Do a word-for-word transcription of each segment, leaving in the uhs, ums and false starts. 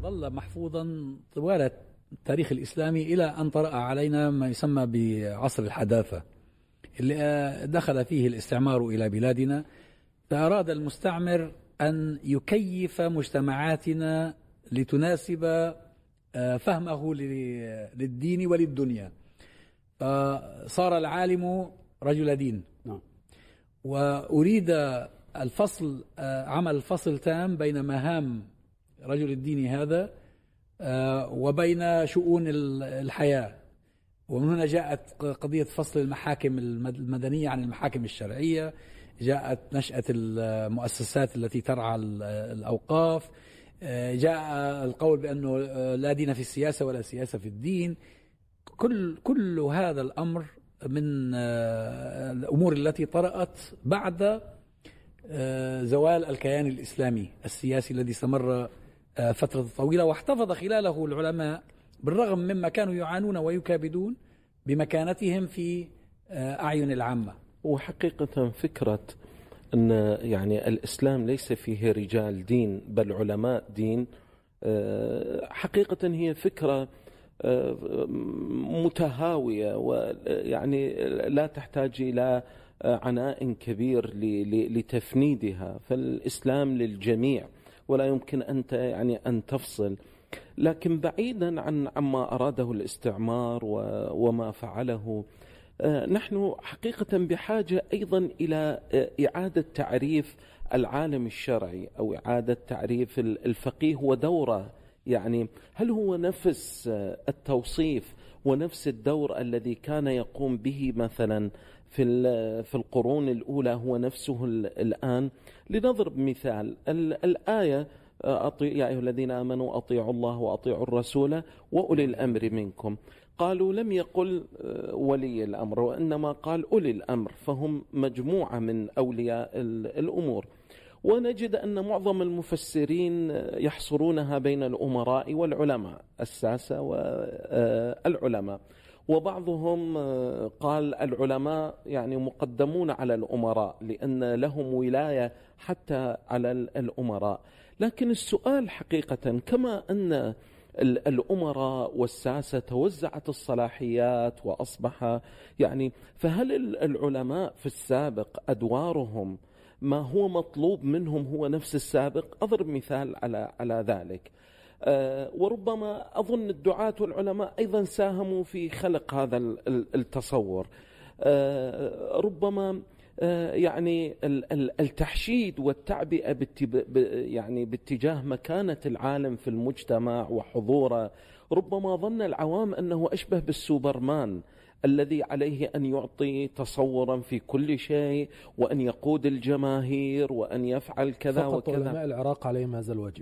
ظل محفوظا طوال التاريخ الإسلامي إلى أن طرأ علينا ما يسمى بعصر الحداثة اللي دخل فيه الاستعمار إلى بلادنا، فأراد المستعمر أن يكيف مجتمعاتنا لتناسب فهمه للدين وللدنيا، فصار العالم رجل دين. وأريد الفصل عمل الفصل تام بين مهام رجل الدين هذا وبين شؤون الحياة، ومن هنا جاءت قضية فصل المحاكم المدنية عن المحاكم الشرعية، جاءت نشأة المؤسسات التي ترعى الأوقاف، جاء القول بأنه لا دين في السياسة ولا سياسة في الدين. كل كل هذا الأمر من الأمور التي طرأت بعد زوال الكيان الإسلامي السياسي الذي استمر فترة طويلة، واحتفظ خلاله العلماء بالرغم مما كانوا يعانون ويكابدون بمكانتهم في أعين العامة. وحقيقة فكرة أن يعني الإسلام ليس فيه رجال دين بل علماء دين، حقيقة هي فكرة متهاوية، ويعني لا تحتاج إلى عناء كبير لتفنيدها، فالإسلام للجميع ولا يمكن أنت يعني أن تفصل. لكن بعيدا عن عما أراده الاستعمار وما فعله، نحن حقيقة بحاجة أيضا إلى إعادة تعريف العالم الشرعي أو إعادة تعريف الفقيه ودوره. يعني هل هو نفس التوصيف ونفس الدور الذي كان يقوم به مثلا في في القرون الأولى هو نفسه الآن؟ لنضرب مثال الآية أطيع يا أيها الذين آمنوا أطيعوا الله وأطيعوا الرسول وأولي الأمر منكم. قالوا لم يقل ولي الأمر وإنما قال أولي الأمر، فهم مجموعة من أولياء الأمور. ونجد أن معظم المفسرين يحصرونها بين الأمراء والعلماء، الساسة والعلماء، وبعضهم قال العلماء يعني مقدمون على الأمراء لأن لهم ولاية حتى على الأمراء. لكن السؤال حقيقة كما أن الأمراء والساسة توزعت الصلاحيات وأصبح يعني، فهل العلماء في السابق أدوارهم ما هو مطلوب منهم هو نفس السابق؟ أضرب مثال على على ذلك. أه وربما أظن الدعاة والعلماء أيضا ساهموا في خلق هذا التصور. أه ربما أه يعني التحشيد والتعبئة يعني باتجاه مكانة العالم في المجتمع وحضوره، ربما ظن العوام أنه أشبه بالسوبرمان الذي عليه أن يعطي تصورا في كل شيء وأن يقود الجماهير وأن يفعل كذا فقط وكذا. علماء العراق عليهم هذا الواجب.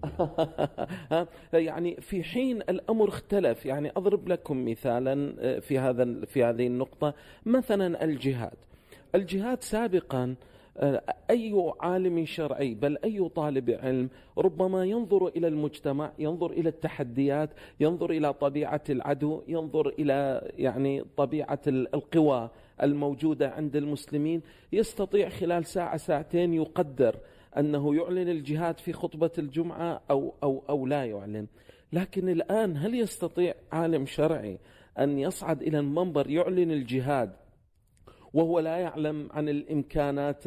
يعني في حين الأمر اختلف. يعني أضرب لكم مثالا في هذا في هذه النقطة، مثلا الجهاد. الجهاد سابقا أي عالم شرعي بل أي طالب علم ربما ينظر إلى المجتمع، ينظر إلى التحديات، ينظر إلى طبيعة العدو، ينظر إلى يعني طبيعة القوى الموجودة عند المسلمين، يستطيع خلال ساعة ساعتين يقدر أنه يعلن الجهاد في خطبة الجمعة أو, أو, أو لا يعلن. لكن الآن هل يستطيع عالم شرعي أن يصعد إلى المنبر يعلن الجهاد وهو لا يعلم عن الإمكانات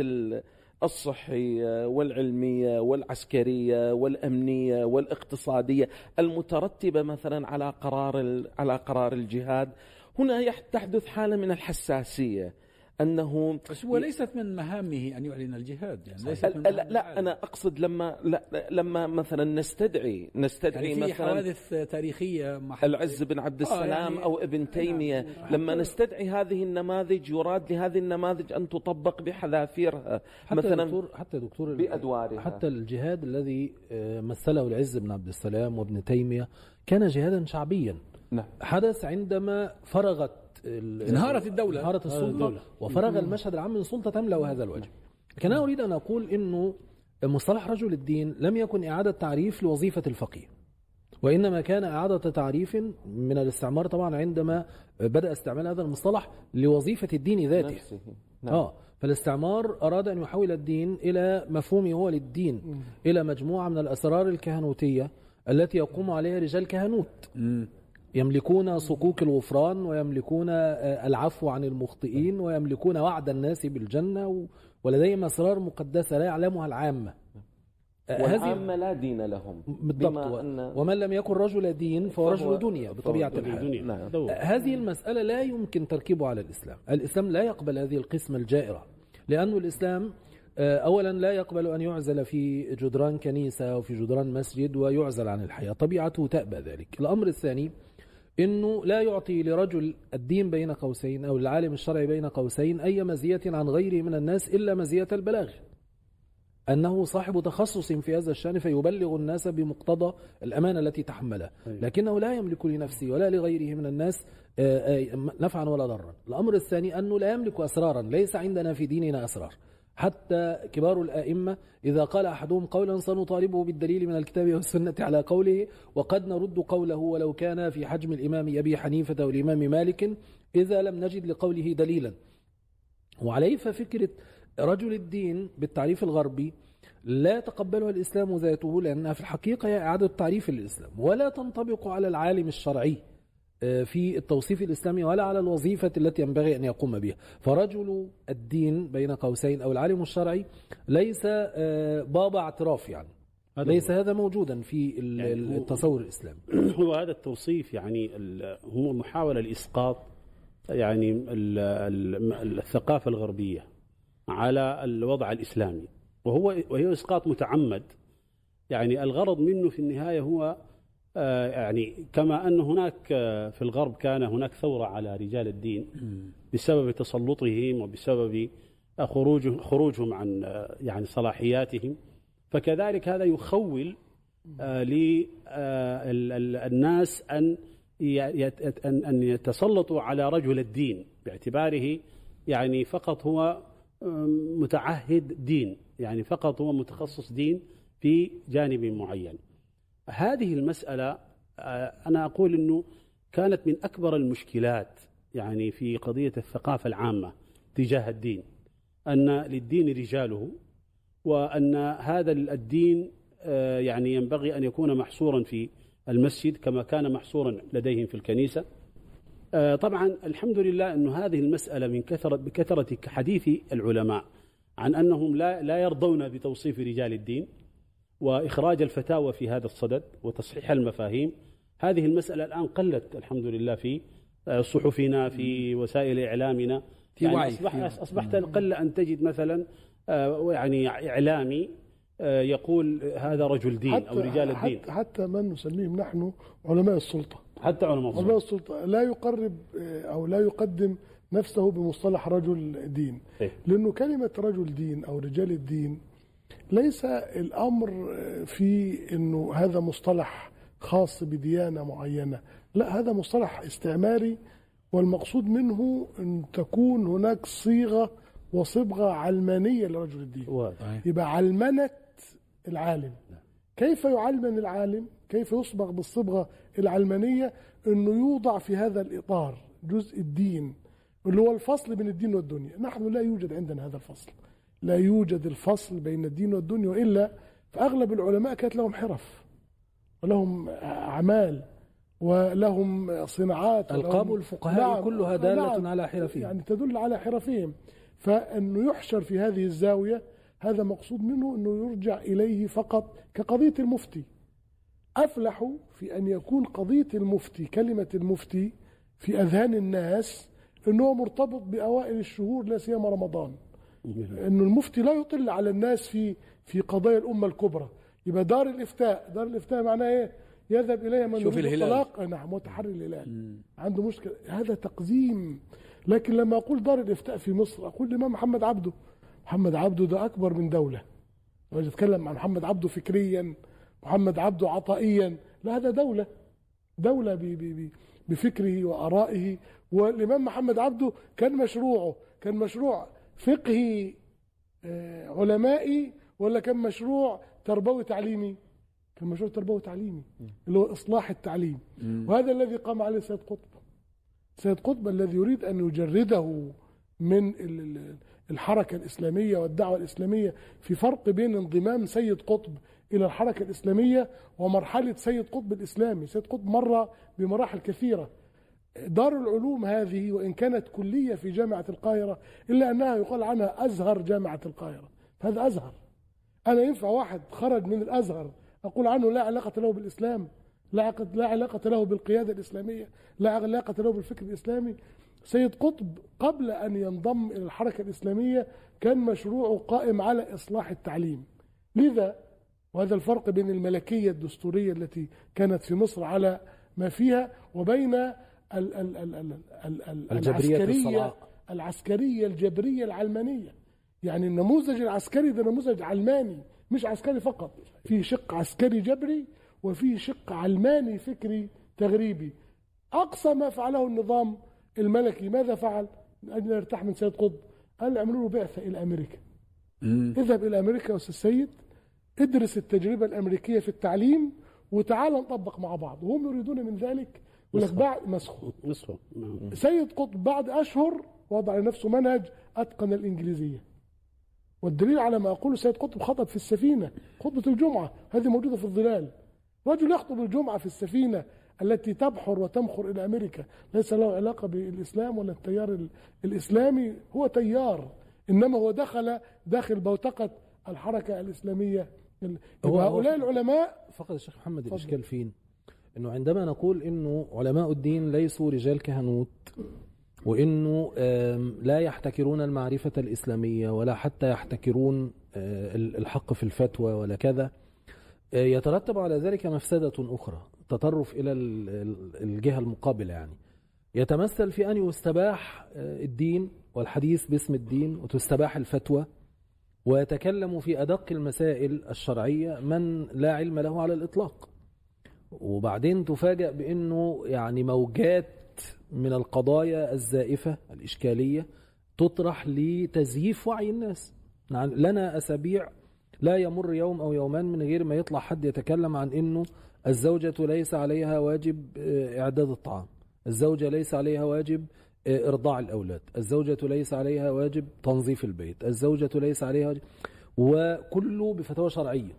الصحية والعلمية والعسكرية والأمنية والاقتصادية المترتبة مثلا على قرار على قرار الجهاد؟ هنا تحدث حالة من الحساسية أنه بس هو ليست من مهامه أن يعلن الجهاد. يعني ليست من لا, لا أنا أقصد لما لا لما مثلا نستدعي نستدعي يعني مثلا حوادث تاريخية العز بن عبد السلام آه يعني أو ابن تيمية، لما نستدعي هذه النماذج يراد لهذه النماذج أن تطبق بحذافيرها حتى مثلا دكتور حتى دكتور بأدوارها. حتى الجهاد الذي مثله العز بن عبد السلام وابن تيمية كان جهادا شعبيا. نعم. حدث عندما فرغت انهارت الدولة، انهارت السلطة وفرغ المشهد العام من سلطة تملأ هذا الوجه. لكن أنا أريد أن أقول إنه مصطلح رجل الدين لم يكن إعادة تعريف لوظيفة الفقيه، وإنما كان إعادة تعريف من الاستعمار طبعا عندما بدأ استعمال هذا المصطلح لوظيفة الدين ذاته. نعم. آه فالاستعمار أراد أن يحول الدين إلى مفهومه هو للدين، إلى مجموعة من الأسرار الكهنوتية التي يقوم عليها رجال كهنوت يملكون صكوك الغفران، ويملكون العفو عن المخطئين، ويملكون وعد الناس بالجنة، ولديهم أسرار مقدسة لا يعلمها العامة. والعامة لا دين لهم بالضبط. أن... ومن لم يكن رجل دين فهو رجل دنيا بطبيعة الحال. نعم. هذه المسألة لا يمكن تركيبها على الإسلام. الإسلام لا يقبل هذه القسمة الجائرة، لأن الإسلام أولا لا يقبل أن يعزل في جدران كنيسة أو في جدران مسجد ويعزل عن الحياة، طبيعته تأبى ذلك. الأمر الثاني إنه لا يعطي لرجل الدين بين قوسين أو العالم الشرعي بين قوسين أي مزية عن غيره من الناس إلا مزية البلاغ، أنه صاحب تخصص في هذا الشأن فيبلغ الناس بمقتضى الأمانة التي تحملها، لكنه لا يملك لنفسه ولا لغيره من الناس نفعا ولا ضرا. الأمر الثاني أنه لا يملك أسرارا، ليس عندنا في ديننا أسرار. حتى كبار الآئمة إذا قال أحدهم قولا سنطالبه بالدليل من الكتاب والسنة على قوله، وقد نرد قوله ولو كان في حجم الإمام أبي حنيفة والإمام مالك إذا لم نجد لقوله دليلا. وعليه ففكرة رجل الدين بالتعريف الغربي لا يتقبلها الإسلام ذاته، لأنها في الحقيقة هي إعادة تعريف للإسلام، ولا تنطبق على العالم الشرعي في التوصيف الإسلامي ولا على الوظيفة التي ينبغي أن يقوم بها. فرجل الدين بين قوسين أو العالم الشرعي ليس بابا اعتراف، يعني ليس هذا موجودا في يعني التصور الإسلامي. هو هذا التوصيف يعني هو محاولة لإسقاط يعني الثقافة الغربية على الوضع الإسلامي، وهو وهي إسقاط متعمد. يعني الغرض منه في النهاية هو يعني كما أن هناك في الغرب كان هناك ثورة على رجال الدين بسبب تسلطهم وبسبب خروج خروجهم عن يعني صلاحياتهم، فكذلك هذا يخول للناس أن أن يتسلطوا على رجل الدين باعتباره يعني فقط هو متعهد دين، يعني فقط هو متخصص دين في جانب معين. هذه المسألة أنا أقول أنه كانت من أكبر المشكلات يعني في قضية الثقافة العامة تجاه الدين، أن للدين رجاله، وأن هذا الدين يعني ينبغي أن يكون محصورا في المسجد كما كان محصورا لديهم في الكنيسة. طبعا الحمد لله أن هذه المسألة من كثرة بكثرة حديث العلماء عن أنهم لا لا يرضون بتوصيف رجال الدين وإخراج الفتاوى في هذا الصدد وتصحيح المفاهيم. هذه المسألة الآن قلت الحمد لله في صحفنا في وسائل إعلامنا، يعني أصبح أصبحت قل أن تجد مثلا يعني إعلامي يقول هذا رجل دين أو رجال الدين. حتى, حتى من نسميهم نحن علماء السلطة، حتى علماء, علماء السلطة لا يقرب أو لا يقدم نفسه بمصطلح رجل دين، لأنه كلمة رجل دين أو رجال الدين ليس الأمر في أنه هذا مصطلح خاص بديانة معينة، لا، هذا مصطلح استعماري، والمقصود منه أن تكون هناك صيغة وصبغة علمانية لرجل الدين. يبقى علمنة العالم. كيف يعلمن العالم؟ كيف يصبغ بالصبغة العلمانية؟ أنه يوضع في هذا الإطار جزء الدين اللي هو الفصل بين الدين والدنيا. نحن لا يوجد عندنا هذا الفصل، لا يوجد الفصل بين الدين والدنيا، وإلا فأغلب العلماء كانت لهم حرف ولهم أعمال ولهم صناعات. ألقاب الفقهاء نعم كلها دالة نعم على حرفهم، يعني تدل على حرفهم. فأنه يحشر في هذه الزاوية هذا مقصود منه أنه يرجع إليه فقط كقضية المفتي. أفلحوا في أن يكون قضية المفتي، كلمة المفتي في أذهان الناس أنه مرتبط بأوائل الشهور لا سيما رمضان، أنه المفتي لا يطل على الناس في في قضايا الأمة الكبرى. يبقى دار الإفتاء، دار الإفتاء معناه إيه؟ يذهب إليها من يريد الطلاق، نعم، وتحري الهلال. مم. عنده مشكلة، هذا تقزيم. لكن لما أقول دار الإفتاء في مصر أقول الإمام محمد عبده. محمد عبده ده أكبر من دولة. لما نتكلم عن محمد عبده فكريا، محمد عبده عطائيا، لا، هذا دولة، دولة بفكره وآرائه. والإمام محمد عبده كان مشروعه كان مشروع فقهي علمائي ولا كان مشروع تربوي تعليمي؟ كان مشروع تربوي تعليمي اللي هو إصلاح التعليم. وهذا الذي قام عليه سيد قطب. سيد قطب الذي يريد أن يجرده من الحركة الإسلامية والدعوة الإسلامية. في فرق بين انضمام سيد قطب إلى الحركة الإسلامية ومرحلة سيد قطب الإسلامي. سيد قطب مر بمراحل كثيرة. دار العلوم هذه وإن كانت كلية في جامعة القاهرة إلا أنها يقال عنها أزهر جامعة القاهرة، فهذا أزهر. أنا ينفع واحد خرج من الأزهر أقول عنه لا علاقة له بالإسلام، لا لا علاقة له بالقيادة الإسلامية، لا علاقة له بالفكر الإسلامي؟ سيد قطب قبل أن ينضم إلى الحركة الإسلامية كان مشروعه قائم على إصلاح التعليم. لذا وهذا الفرق بين الملكية الدستورية التي كانت في مصر على ما فيها وبين ال ال ال ال ال العسكرية العسكرية الجبرية العلمانية. يعني النموذج العسكري ده نموذج علماني، مش عسكري فقط، فيه شق عسكري جبري وفيه شق علماني فكري تغريبي. أقصى ما فعله النظام الملكي ماذا فعل؟ من أجل يرتاح من سيد قطب قال اعملوا له بعثة إلى أمريكا. اذهب إلى أمريكا يا أستاذ سيد، ادرس التجربة الأمريكية في التعليم وتعال نطبق مع بعض. وهم يريدون من ذلك ولك بعد مسخه. سيد قطب بعد أشهر وضع لنفسه منهج أتقن الإنجليزية. والدليل على ما أقوله سيد قطب خطب في السفينة خطبة الجمعة، هذه موجودة في الظلال. رجل يخطب الجمعة في السفينة التي تبحر وتمخر إلى أمريكا، ليس له علاقة بالإسلام ولا التيار الإسلامي، هو تيار، إنما هو دخل داخل بوتقة الحركة الإسلامية. هؤلاء العلماء فقط الشيخ محمد الإشكال فين؟ إنه عندما نقول إنه علماء الدين ليسوا رجال كهنوت، وإنه لا يحتكرون المعرفة الإسلامية ولا حتى يحتكرون الحق في الفتوى ولا كذا، يترتب على ذلك مفسدة أخرى، تطرف إلى الجهة المقابلة. يعني يتمثل في أن يستباح الدين والحديث باسم الدين وتستباح الفتوى، ويتكلم في أدق المسائل الشرعية من لا علم له على الإطلاق. وبعدين تفاجأ بأنه يعني موجات من القضايا الزائفة الإشكالية تطرح لتزييف وعي الناس. لنا أسابيع لا يمر يوم أو يومان من غير ما يطلع حد يتكلم عن أنه الزوجة ليس عليها واجب إعداد الطعام، الزوجة ليس عليها واجب إرضاع الأولاد، الزوجة ليس عليها واجب تنظيف البيت، الزوجة ليس عليها واجب، وكله بفتوى شرعية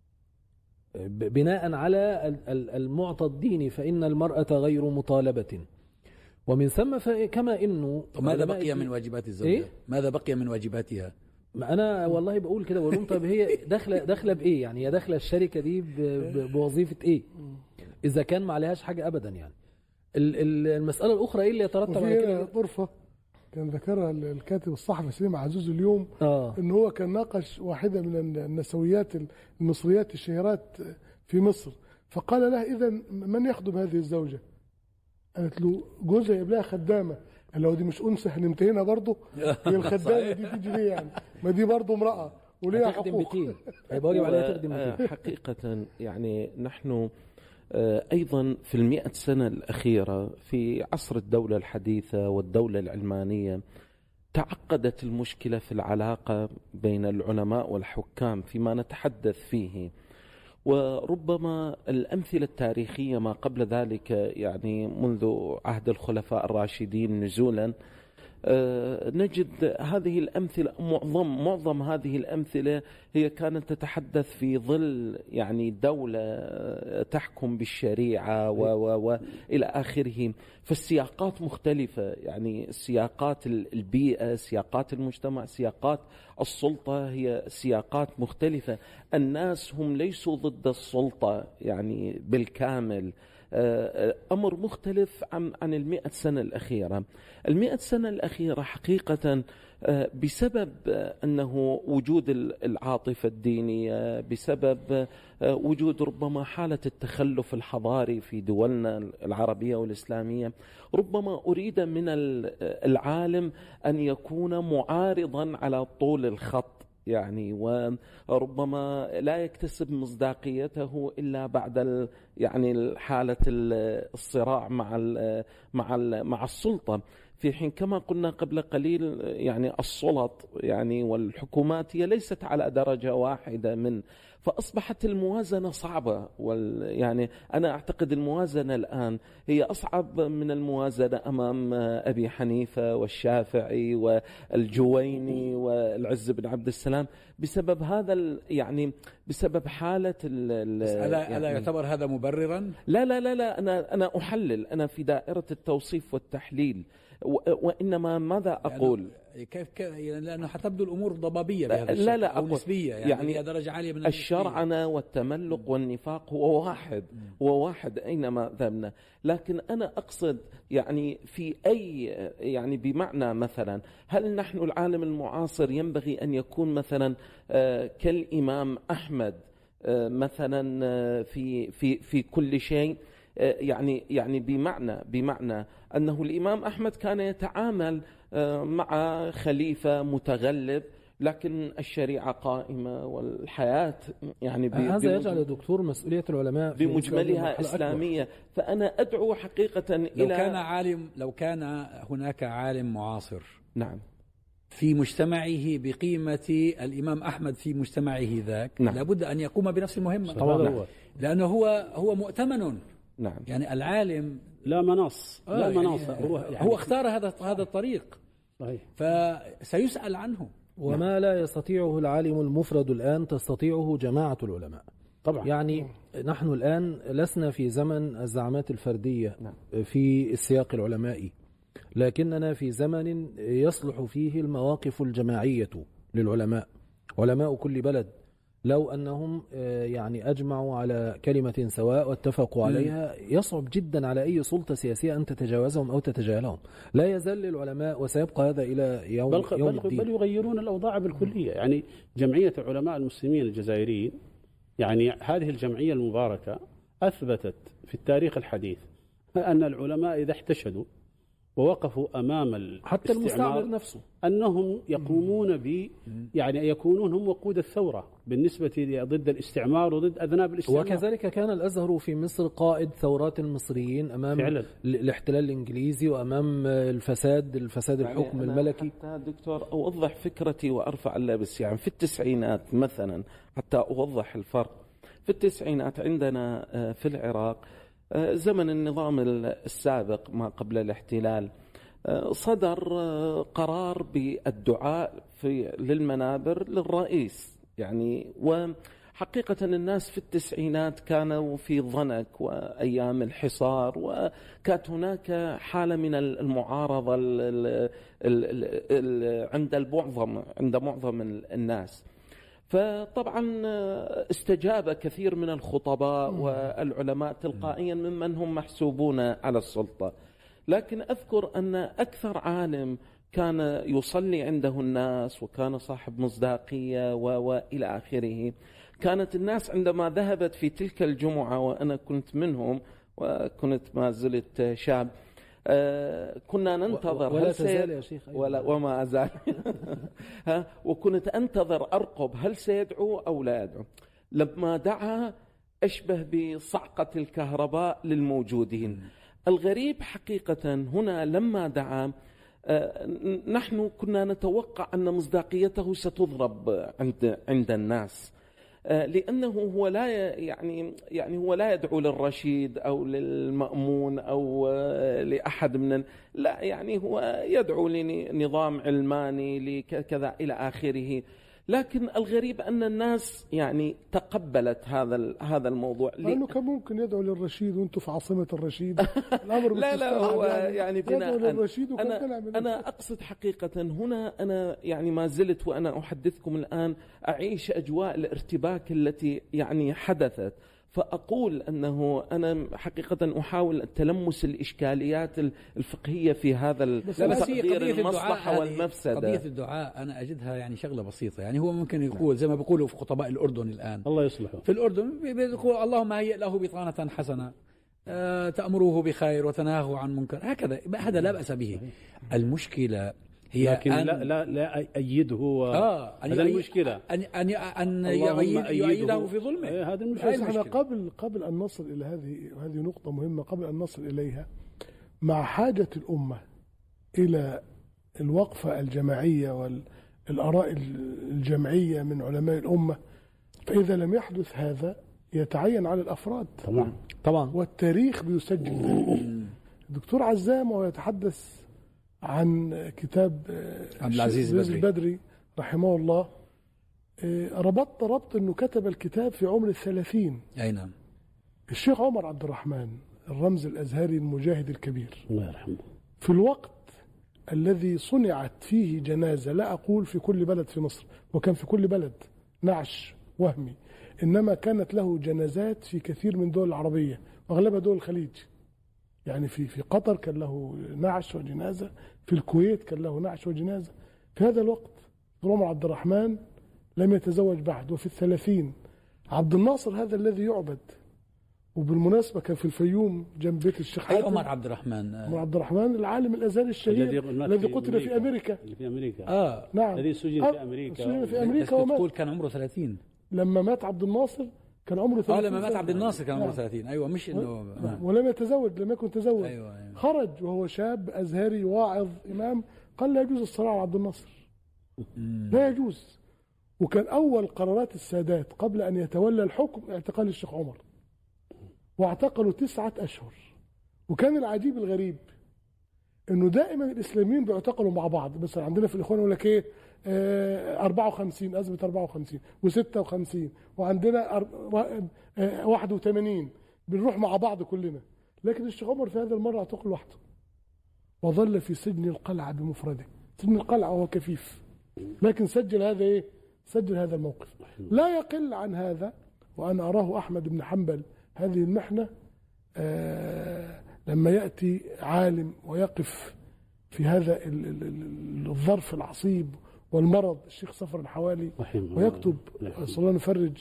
بناء على المعطى الديني، فإن المرأة غير مطالبة. ومن ثم كما إنه ماذا بقي من واجبات الزوجة؟ إيه؟ ماذا بقي من واجباتها؟ ما أنا والله بقول كده، بقول لهم طب هي داخلة داخلة بإيه؟ يعني هي داخلة الشركة دي بوظيفة إيه؟ إذا كان ما عليهاش حاجة أبدا. يعني المسألة الأخرى إيه اللي يترتب على كده؟ طرفة كان ذكرها الكاتب الصحفي سليم عزوز اليوم، آه. إن هو كان ناقش واحدة من النسويات المصريات الشهيرات في مصر، فقال لها إذا من يخدم هذه الزوجة؟ قالت له جوزها يبلاها خدامة. قال له دي مش أنثى هنمتهنها برضه؟ هي الخدامة دي تيجي ليه يعني؟ ما دي برضه امرأة وليها حقوق. هيبقى واجب عليها تخدم بتين. حقيقة يعني نحن أيضا في المئة سنة الأخيرة في عصر الدولة الحديثة والدولة العلمانية تعقدت المشكلة في العلاقة بين العلماء والحكام فيما نتحدث فيه. وربما الأمثلة التاريخية ما قبل ذلك يعني منذ عهد الخلفاء الراشدين نزولا نجد هذه الأمثلة، معظم معظم هذه الأمثلة هي كانت تتحدث في ظل يعني دولة تحكم بالشريعة وإلى آخره. فالسياقات مختلفة، يعني سياقات البيئة، سياقات المجتمع، سياقات السلطة هي سياقات مختلفة. الناس هم ليسوا ضد السلطة يعني بالكامل، أمر مختلف عن عن المئة سنة الأخيرة. المئة سنة الأخيرة حقيقة بسبب أنه وجود العاطفة الدينية، بسبب وجود ربما حالة التخلف الحضاري في دولنا العربية والإسلامية، ربما أريد من العالم أن يكون معارضا على طول الخط، يعني وربما لا يكتسب مصداقيته إلا بعد يعني حالة الصراع مع ال مع ال مع السلطة. في حين كما قلنا قبل قليل يعني السلط يعني والحكومات هي ليست على درجة واحدة من، فأصبحت الموازنة صعبة. وال يعني أنا أعتقد الموازنة الآن هي أصعب من الموازنة أمام أبي حنيفة والشافعي والجويني والعز بن عبد السلام بسبب هذا يعني بسبب حالة ال بس ألا, يعني ألا يعتبر هذا مبررا؟ لا لا لا لا أنا أنا أحلل، أنا في دائرة التوصيف والتحليل، وإنما ماذا أقول؟ كيف كيف لأنه حتبدو الأمور ضبابية بهذا الشكل لا لا أو نسبية، يعني, يعني درجة عالية من الشرعنة والتملق والنفاق هو واحد، هو واحد أينما ذهبنا. لكن أنا أقصد يعني في أي يعني بمعنى مثلا هل نحن العالم المعاصر ينبغي أن يكون مثلا كالإمام أحمد مثلا في في في كل شيء؟ يعني يعني بمعنى بمعنى أنه الإمام أحمد كان يتعامل مع خليفة متغلب لكن الشريعة قائمة والحياة يعني هذا يجعل الدكتور مسؤولية العلماء بمجملها إسلامية أكبر. فأنا أدعو حقيقة لو إلى كان عالم لو كان هناك عالم معاصر نعم في مجتمعه بقيمة الإمام أحمد في مجتمعه ذاك نعم. لابد أن يقوم بنفس المهمة طبعا، لأنه هو هو مؤتمن. نعم. يعني العالم لا مناص آه لا مناص يعني هو, يعني هو اختار هذا هذا الطريق صحيح. فسيسأل عنه. وما لا يستطيعه العالم المفرد الآن تستطيعه جماعة العلماء طبعا. يعني نحن الآن لسنا في زمن الزعامات الفردية في السياق العلمائي، لكننا في زمن يصلح فيه المواقف الجماعية للعلماء. علماء كل بلد لو أنهم يعني أجمعوا على كلمة سواء واتفقوا عليها يصعب جدا على أي سلطة سياسية أن تتجاوزهم أو تتجاهلهم. لا يزال العلماء وسيبقى هذا إلى يوم, بل يوم بل الدين. بل يغيرون الأوضاع بالكلية. يعني جمعية علماء المسلمين الجزائريين يعني هذه الجمعية المباركة أثبتت في التاريخ الحديث أن العلماء إذا احتشدوا ووقفوا أمام حتى المستعمر نفسه أنهم يقومون ب يعني يكونون هم وقود الثورة بالنسبة ضد الاستعمار وضد أذناب الاستعمار. وكذلك كان الأزهر في مصر قائد ثورات المصريين أمام فعلا. الاحتلال الإنجليزي وأمام الفساد الفساد يعني الحكم الملكي. حتى دكتور أوضح فكرتي وأرفع اللبس، يعني في التسعينات مثلا حتى أوضح الفرق. في التسعينات عندنا في العراق زمن النظام السابق ما قبل الاحتلال صدر قرار بالدعاء في للمنابر للرئيس يعني، وحقيقة الناس في التسعينات كانوا في ضنك وأيام الحصار، وكانت هناك حالة من المعارضة عند المعظم عند معظم الناس. فطبعا استجاب كثير من الخطباء والعلماء تلقائيا ممن هم محسوبون على السلطة. لكن أذكر أن أكثر عالم كان يصلي عنده الناس وكان صاحب مصداقية وإلى آخره، كانت الناس عندما ذهبت في تلك الجمعة وأنا كنت منهم وكنت ما زلت شاب آه كنا ننتظر ولا هل تزال يا شيخ ولا وما أزال ها وكنت أنتظر أرقب هل سيدعو أو لا يدعو. لما دعا أشبه بصعقة الكهرباء للموجودين. الغريب حقيقة هنا لما دعا آه نحن كنا نتوقع أن مصداقيته ستضرب عند عند الناس، لأنه هو لا يعني يعني هو لا يدعو للرشيد أو للمأمون أو لأحد من لا يعني هو يدعو لنظام علماني لكذا إلى آخره. لكن الغريب أن الناس يعني تقبلت هذا هذا الموضوع. لأنه كان ممكن يدعو للرشيد وأنتم في عاصمة الرشيد. الأمر لا لا هو يعني بناء أنا, أنا أقصد حقيقة هنا أنا يعني ما زلت وأنا أحدثكم الآن أعيش أجواء الارتباك التي يعني حدثت، فأقول أنه أنا حقيقة أحاول تلمس الإشكاليات الفقهية في هذا التقدير المصلحة والمفسدة. قضية الدعاء أنا أجدها يعني شغلة بسيطة. يعني هو ممكن يقول زي ما بيقولوا في خطباء الأردن الآن الله يصلحه في الأردن بيقول اللهم هيئ له بطانة حسنة أه تأمروه بخير وتنهاه عن منكر، هكذا هذا لا بأس به. المشكلة هي لكن أن لا لا لا أيده هو آه هذا المشكلة أن أن أن يؤيده في ظلمه. إيه هذا المشكلة. احنا قبل قبل أن نصل إلى هذه هذه نقطة مهمة، قبل أن نصل إليها مع حاجة الأمة إلى الوقفة الجماعية والآراء الجمعية من علماء الأمة، فإذا لم يحدث هذا يتعين على الأفراد طبعا طبعا. والتاريخ بيسجل ذلك. الدكتور عزام وهو يتحدث عن كتاب عبد العزيز البدري. البدري رحمه الله، ربطت ربط أنه كتب الكتاب في عمر الثلاثين. أي نعم. الشيخ عمر عبد الرحمن الرمز الأزهري المجاهد الكبير، الله يرحمه، في الوقت الذي صنعت فيه جنازة، لا أقول في كل بلد في مصر، وكان في كل بلد نعش وهمي، إنما كانت له جنازات في كثير من دول العربية وأغلبها دول الخليج. يعني في في قطر كان له نعش وجنازة، في الكويت كان له نعش وجنازة. في هذا الوقت عمر عبد الرحمن لم يتزوج بعد، وفي الثلاثين. عبد الناصر هذا الذي يعبد، وبالمناسبة كان في الفيوم جنب بيت الشيخ أي حاتم. عمر عبد الرحمن؟ عمر عبد الرحمن العالم الأزهري الشهير الذي قتل في أمريكا. اللي في أمريكا آه نعم، الذي سجن في أمريكا. سجن في بس أمريكا ومات. بتقول كان عمره ثلاثين. لما مات عبد الناصر كان عمره ثلاثين. اه لما مات سنة. عبد الناصر كان عمره نعم. ثلاثين. ايوه مش انه نعم. ولم يتزوج، لم يكن تزوج. أيوة أيوة. خرج وهو شاب أزهري واعظ إمام، قال لا يجوز الصلاة على عبد الناصر، لا يجوز. وكان أول قرارات السادات قبل أن يتولى الحكم اعتقال الشيخ عمر، واعتقلوا تسعة أشهر. وكان العجيب الغريب إنه دائما الإسلاميين بيعتقلوا مع بعض. مثلا عندنا في الإخوان يقول لك إيه، آه أربعة وخمسين، أزمة أربعة وخمسين وستة وخمسين، وعندنا آه واحد وثمانين، بنروح مع بعض كلنا. لكن الشيخ عمر في هذا المرة اعتقل وحده، وظل في سجن القلعة بمفرده. سجن القلعة وهو كفيف، لكن سجل هذا إيه؟ سجل هذا الموقف. لا يقل عن هذا، وأنا أراه أحمد بن حنبل هذه المحنة، آه لما يأتي عالم ويقف في هذا الظرف العصيب والمرض، الشيخ صفر الحوالي، ويكتب صلى الله يفرج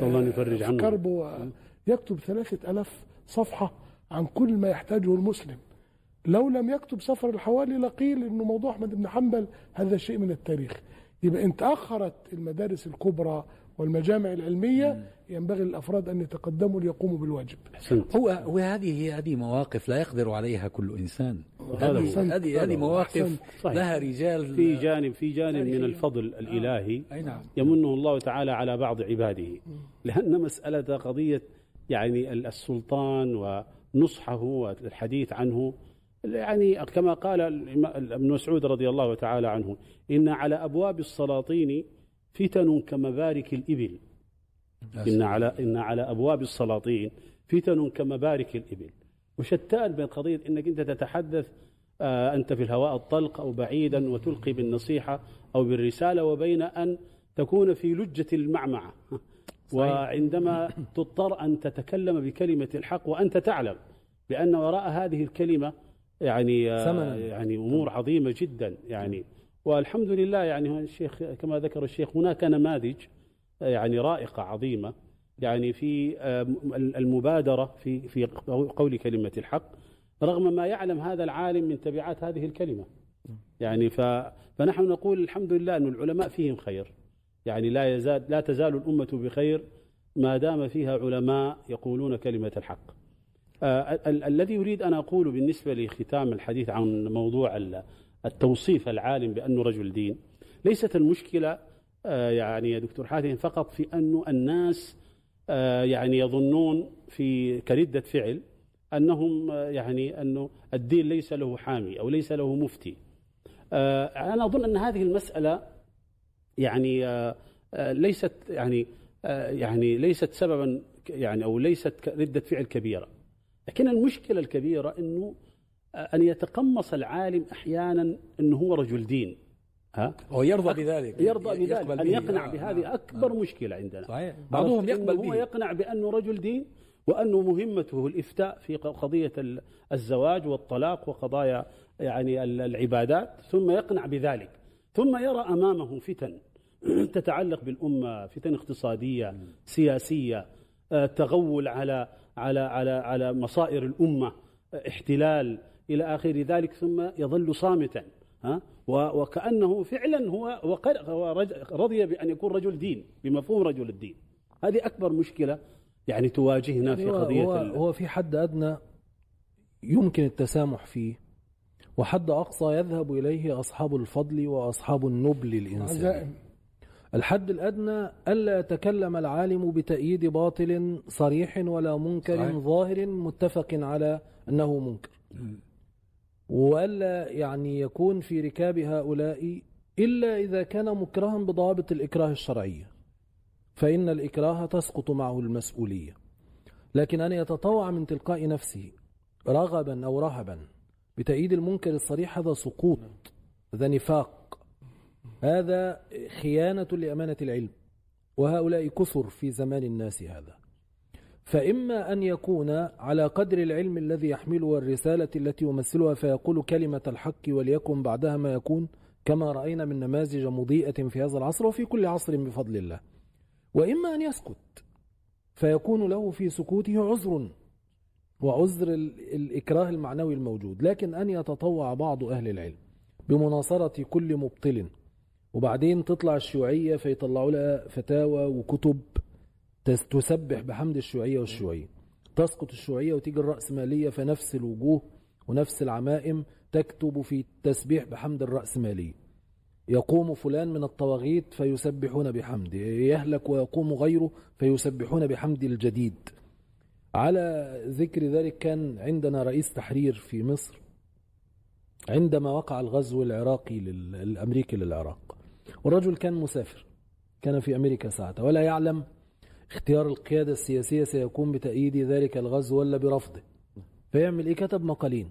آه كربه، يكتب ثلاثة ألاف صفحة عن كل ما يحتاجه المسلم. لو لم يكتب صفر الحوالي لقيل إنه موضوع أحمد بن حنبل هذا شيء من التاريخ. يبقى إن تأخرت المدارس الكبرى والمجامع العلمية ينبغي للأفراد أن يتقدموا ليقوموا بالواجب. هو وهذه هذه مواقف لا يقدر عليها كل إنسان. هذه هذه هذه مواقف لها رجال. في جانب في جانب من الفضل الإلهي أي نعم. يمنه الله تعالى على بعض عباده، لأن مسألة قضية يعني السلطان ونصحه والحديث عنه، يعني كما قال ابن مسعود رضي الله تعالى عنه: إن على أبواب السلاطين فتن كمبارك الإبل. إن على إن على أبواب السلاطين فتن كمبارك الإبل. وشتان بين قضية إنك أنت تتحدث آه أنت في الهواء الطلق أو بعيدا وتلقي بالنصيحة أو بالرسالة، وبين أن تكون في لجة المعمعة وعندما تضطر أن تتكلم بكلمة الحق وأنت تعلم بأن وراء هذه الكلمة يعني آه يعني أمور عظيمة جدا. يعني والحمد لله يعني الشيخ كما ذكر الشيخ هناك نماذج يعني رائقة عظيمة يعني في المبادرة في في قول كلمة الحق، رغم ما يعلم هذا العالم من تبعات هذه الكلمة. يعني فنحن نقول الحمد لله أن العلماء فيهم خير، يعني لا يزال لا تزال الأمة بخير ما دام فيها علماء يقولون كلمة الحق. الذي يريد أن أقوله بالنسبة لختام الحديث عن موضوع التوصيف العالم بأنه رجل دين، ليست المشكلة يعني يا دكتور حاتم فقط في أنه الناس يعني يظنون في كردة فعل أنهم يعني أنه الدين ليس له حامي أو ليس له مفتي. أنا أظن أن هذه المسألة يعني ليست يعني يعني ليست سببا يعني أو ليست ردة فعل كبيرة، لكن المشكلة الكبيرة أنه أن يتقمص العالم أحيانا أنه هو رجل دين، ها ويرضى بذلك، يرضى بذلك أن يقنع بهذه أكبر مشكلة عندنا. صحيح. بعضهم يقبل به، هو يقنع بأنه رجل دين وأنه مهمته الإفتاء في قضية الزواج والطلاق وقضايا يعني العبادات، ثم يقنع بذلك، ثم يرى أمامه فتن تتعلق بالأمة، فتن اقتصادية سياسية، تغول على على على على مصائر الأمة، احتلال إلى آخر ذلك، ثم يظل صامتا، ها وكأنه فعلا هو رضي بأن يكون رجل دين بمفهوم رجل الدين. هذه أكبر مشكلة يعني تواجهنا في قضية هو, هو في حد أدنى يمكن التسامح فيه، وحد أقصى يذهب إليه أصحاب الفضل وأصحاب النبل الإنساني. عزائم. الحد الأدنى ألا يتكلم العالم بتأييد باطل صريح ولا منكر صحيح. ظاهر متفق على أنه منكر، وألا يعني يكون في ركاب هؤلاء إلا إذا كان مكرها بضوابط الإكراه الشرعية، فإن الإكراه تسقط معه المسؤولية. لكن أن يتطوع من تلقاء نفسه رغبا أو رهبا بتأييد المنكر الصريح هذا سقوط، هذا نفاق، هذا خيانة لأمانة العلم، وهؤلاء كثر في زمان الناس هذا. فإما أن يكون على قدر العلم الذي يحمله والرسالة التي يمثلها فيقول كلمة الحق وليكن بعدها ما يكون، كما رأينا من نماذج مضيئة في هذا العصر وفي كل عصر بفضل الله. وإما أن يسكت فيكون له في سكوته عذر، وعذر الإكراه المعنوي الموجود. لكن أن يتطوع بعض أهل العلم بمناصرة كل مبطل، وبعدين تطلع الشيوعية فيطلعوا لها فتاوى وكتب تسبح بحمد الشيوعية والشيوعية، تسقط الشيوعية وتيجي الرأسمالية فنفس الوجوه ونفس العمائم تكتب في التسبيح بحمد الرأسمالية. يقوم فلان من الطواغيت فيسبحون بحمد، يهلك ويقوم غيره فيسبحون بحمد الجديد. على ذكر ذلك كان عندنا رئيس تحرير في مصر عندما وقع الغزو العراقي الأمريكي للعراق، والرجل كان مسافر، كان في أمريكا ساعتها، ولا يعلم اختيار القيادة السياسية سيكون بتأييد ذلك الغزو ولا برفضه. فيعمل إيه؟ كتب مقالين،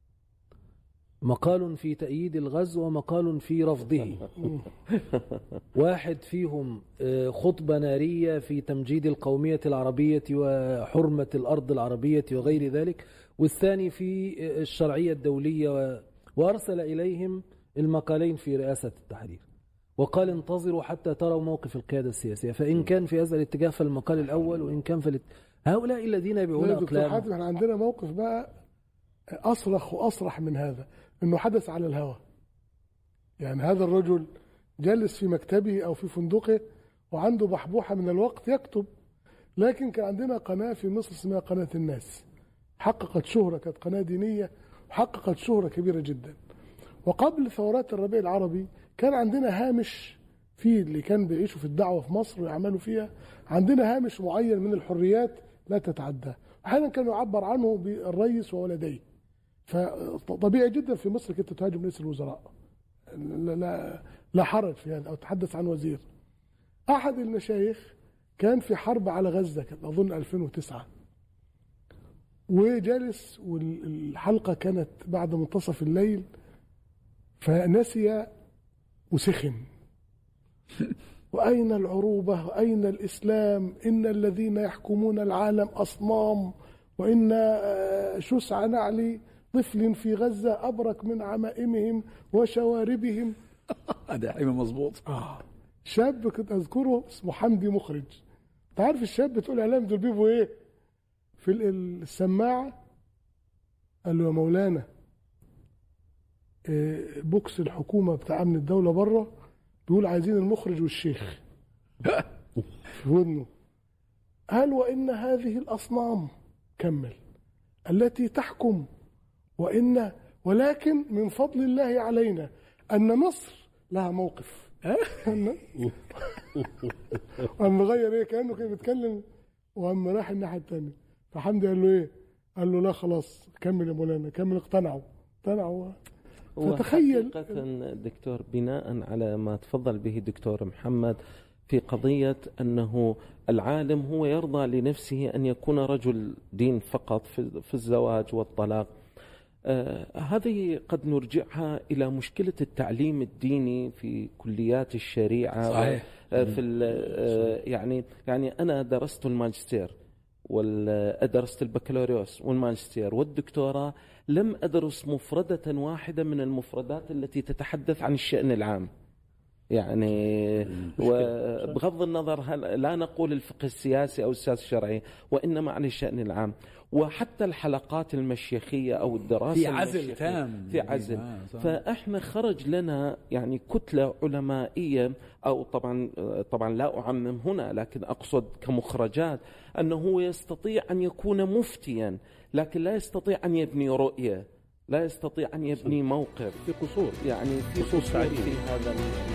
مقال في تأييد الغزو ومقال في رفضه. واحد فيهم خطبة نارية في تمجيد القومية العربية وحرمة الأرض العربية وغير ذلك، والثاني في الشرعية الدولية، وأرسل إليهم المقالين في رئاسة التحرير وقال انتظروا حتى تروا موقف القيادة السياسية، فإن كان في هذا الاتجاه فالمقال الأول، وإن كان في هؤلاء الذين يبيعون أقلام. احنا عندنا موقف بقى أصرخ وأصرح من هذا، أنه حدث على الهوى. يعني هذا الرجل جالس في مكتبه أو في فندقه وعنده بحبوحة من الوقت يكتب، لكن كان عندنا قناة في مصر اسمها قناة الناس، حققت شهرة، كانت قناة دينية وحققت شهرة كبيرة جدا. وقبل ثورات الربيع العربي كان عندنا هامش في اللي كان بيعيشوا في الدعوة في مصر ويعملوا فيها، عندنا هامش معين من الحريات لا تتعدى، أحيانا كانوا يعبر عنه بالرئيس وولديه. فطبيعي جدا في مصر كنت تهاجم رئيس الوزراء، لا, لا, لا حرج في هذا، أو تحدث عن وزير. أحد المشايخ كان في حرب على غزة، كانت أظن ألفين وتسعة، وجالس والحلقة كانت بعد منتصف الليل، فنسي وسخن. وأين العروبة وأين الإسلام؟ إن الذين يحكمون العالم أصنام، وإن شسع نعل طفل في غزة أبرك من عمائمهم وشواربهم. هذا حقيقي مظبوط. آه. شاب كنت أذكره اسمه حمدي مخرج، تعرف الشاب بتقول إعلام دول بيبقوا إيه في السماعة؟ قال له يا مولانا بوكس الحكومة بتاع أمن الدولة بره بيقول عايزين المخرج والشيخ في ودنه. قال وإن هذه الأصنام كمل التي تحكم، وإن ولكن من فضل الله علينا أن مصر لها موقف. قام غير إيه كأنه كان بيتكلم، وقام راح الناحية التانية. فحمدي قال له إيه؟ قال له لا خلاص كمل يا مولانا كمل. اقتنعوا اقتنعوا فتخيل حقيقة دكتور، بناء على ما تفضل به دكتور محمد في قضية أنه العالم هو يرضى لنفسه أن يكون رجل دين فقط في الزواج والطلاق، آه هذه قد نرجعها إلى مشكلة التعليم الديني في كليات الشريعة. صحيح. آه في آه يعني يعني أنا درست الماجستير ودرست البكالوريوس والماجستير والدكتوراه، لم أدرس مفردة واحدة من المفردات التي تتحدث عن الشأن العام. يعني وبغض النظر لا نقول الفقه السياسي أو السياسة الشرعية، وإنما عن الشأن العام. وحتى الحلقات المشيخية أو الدراسة في عزل تام، في عزل. فإحنا خرج لنا يعني كتلة علمائية، أو طبعا طبعا لا أعمم هنا، لكن أقصد كمخرجات أنه هو يستطيع أن يكون مفتيا، لكن لا يستطيع أن يبني رؤية، لا يستطيع أن يبني موقف في قصور يعني في قصور قصور تعليمية. في هذا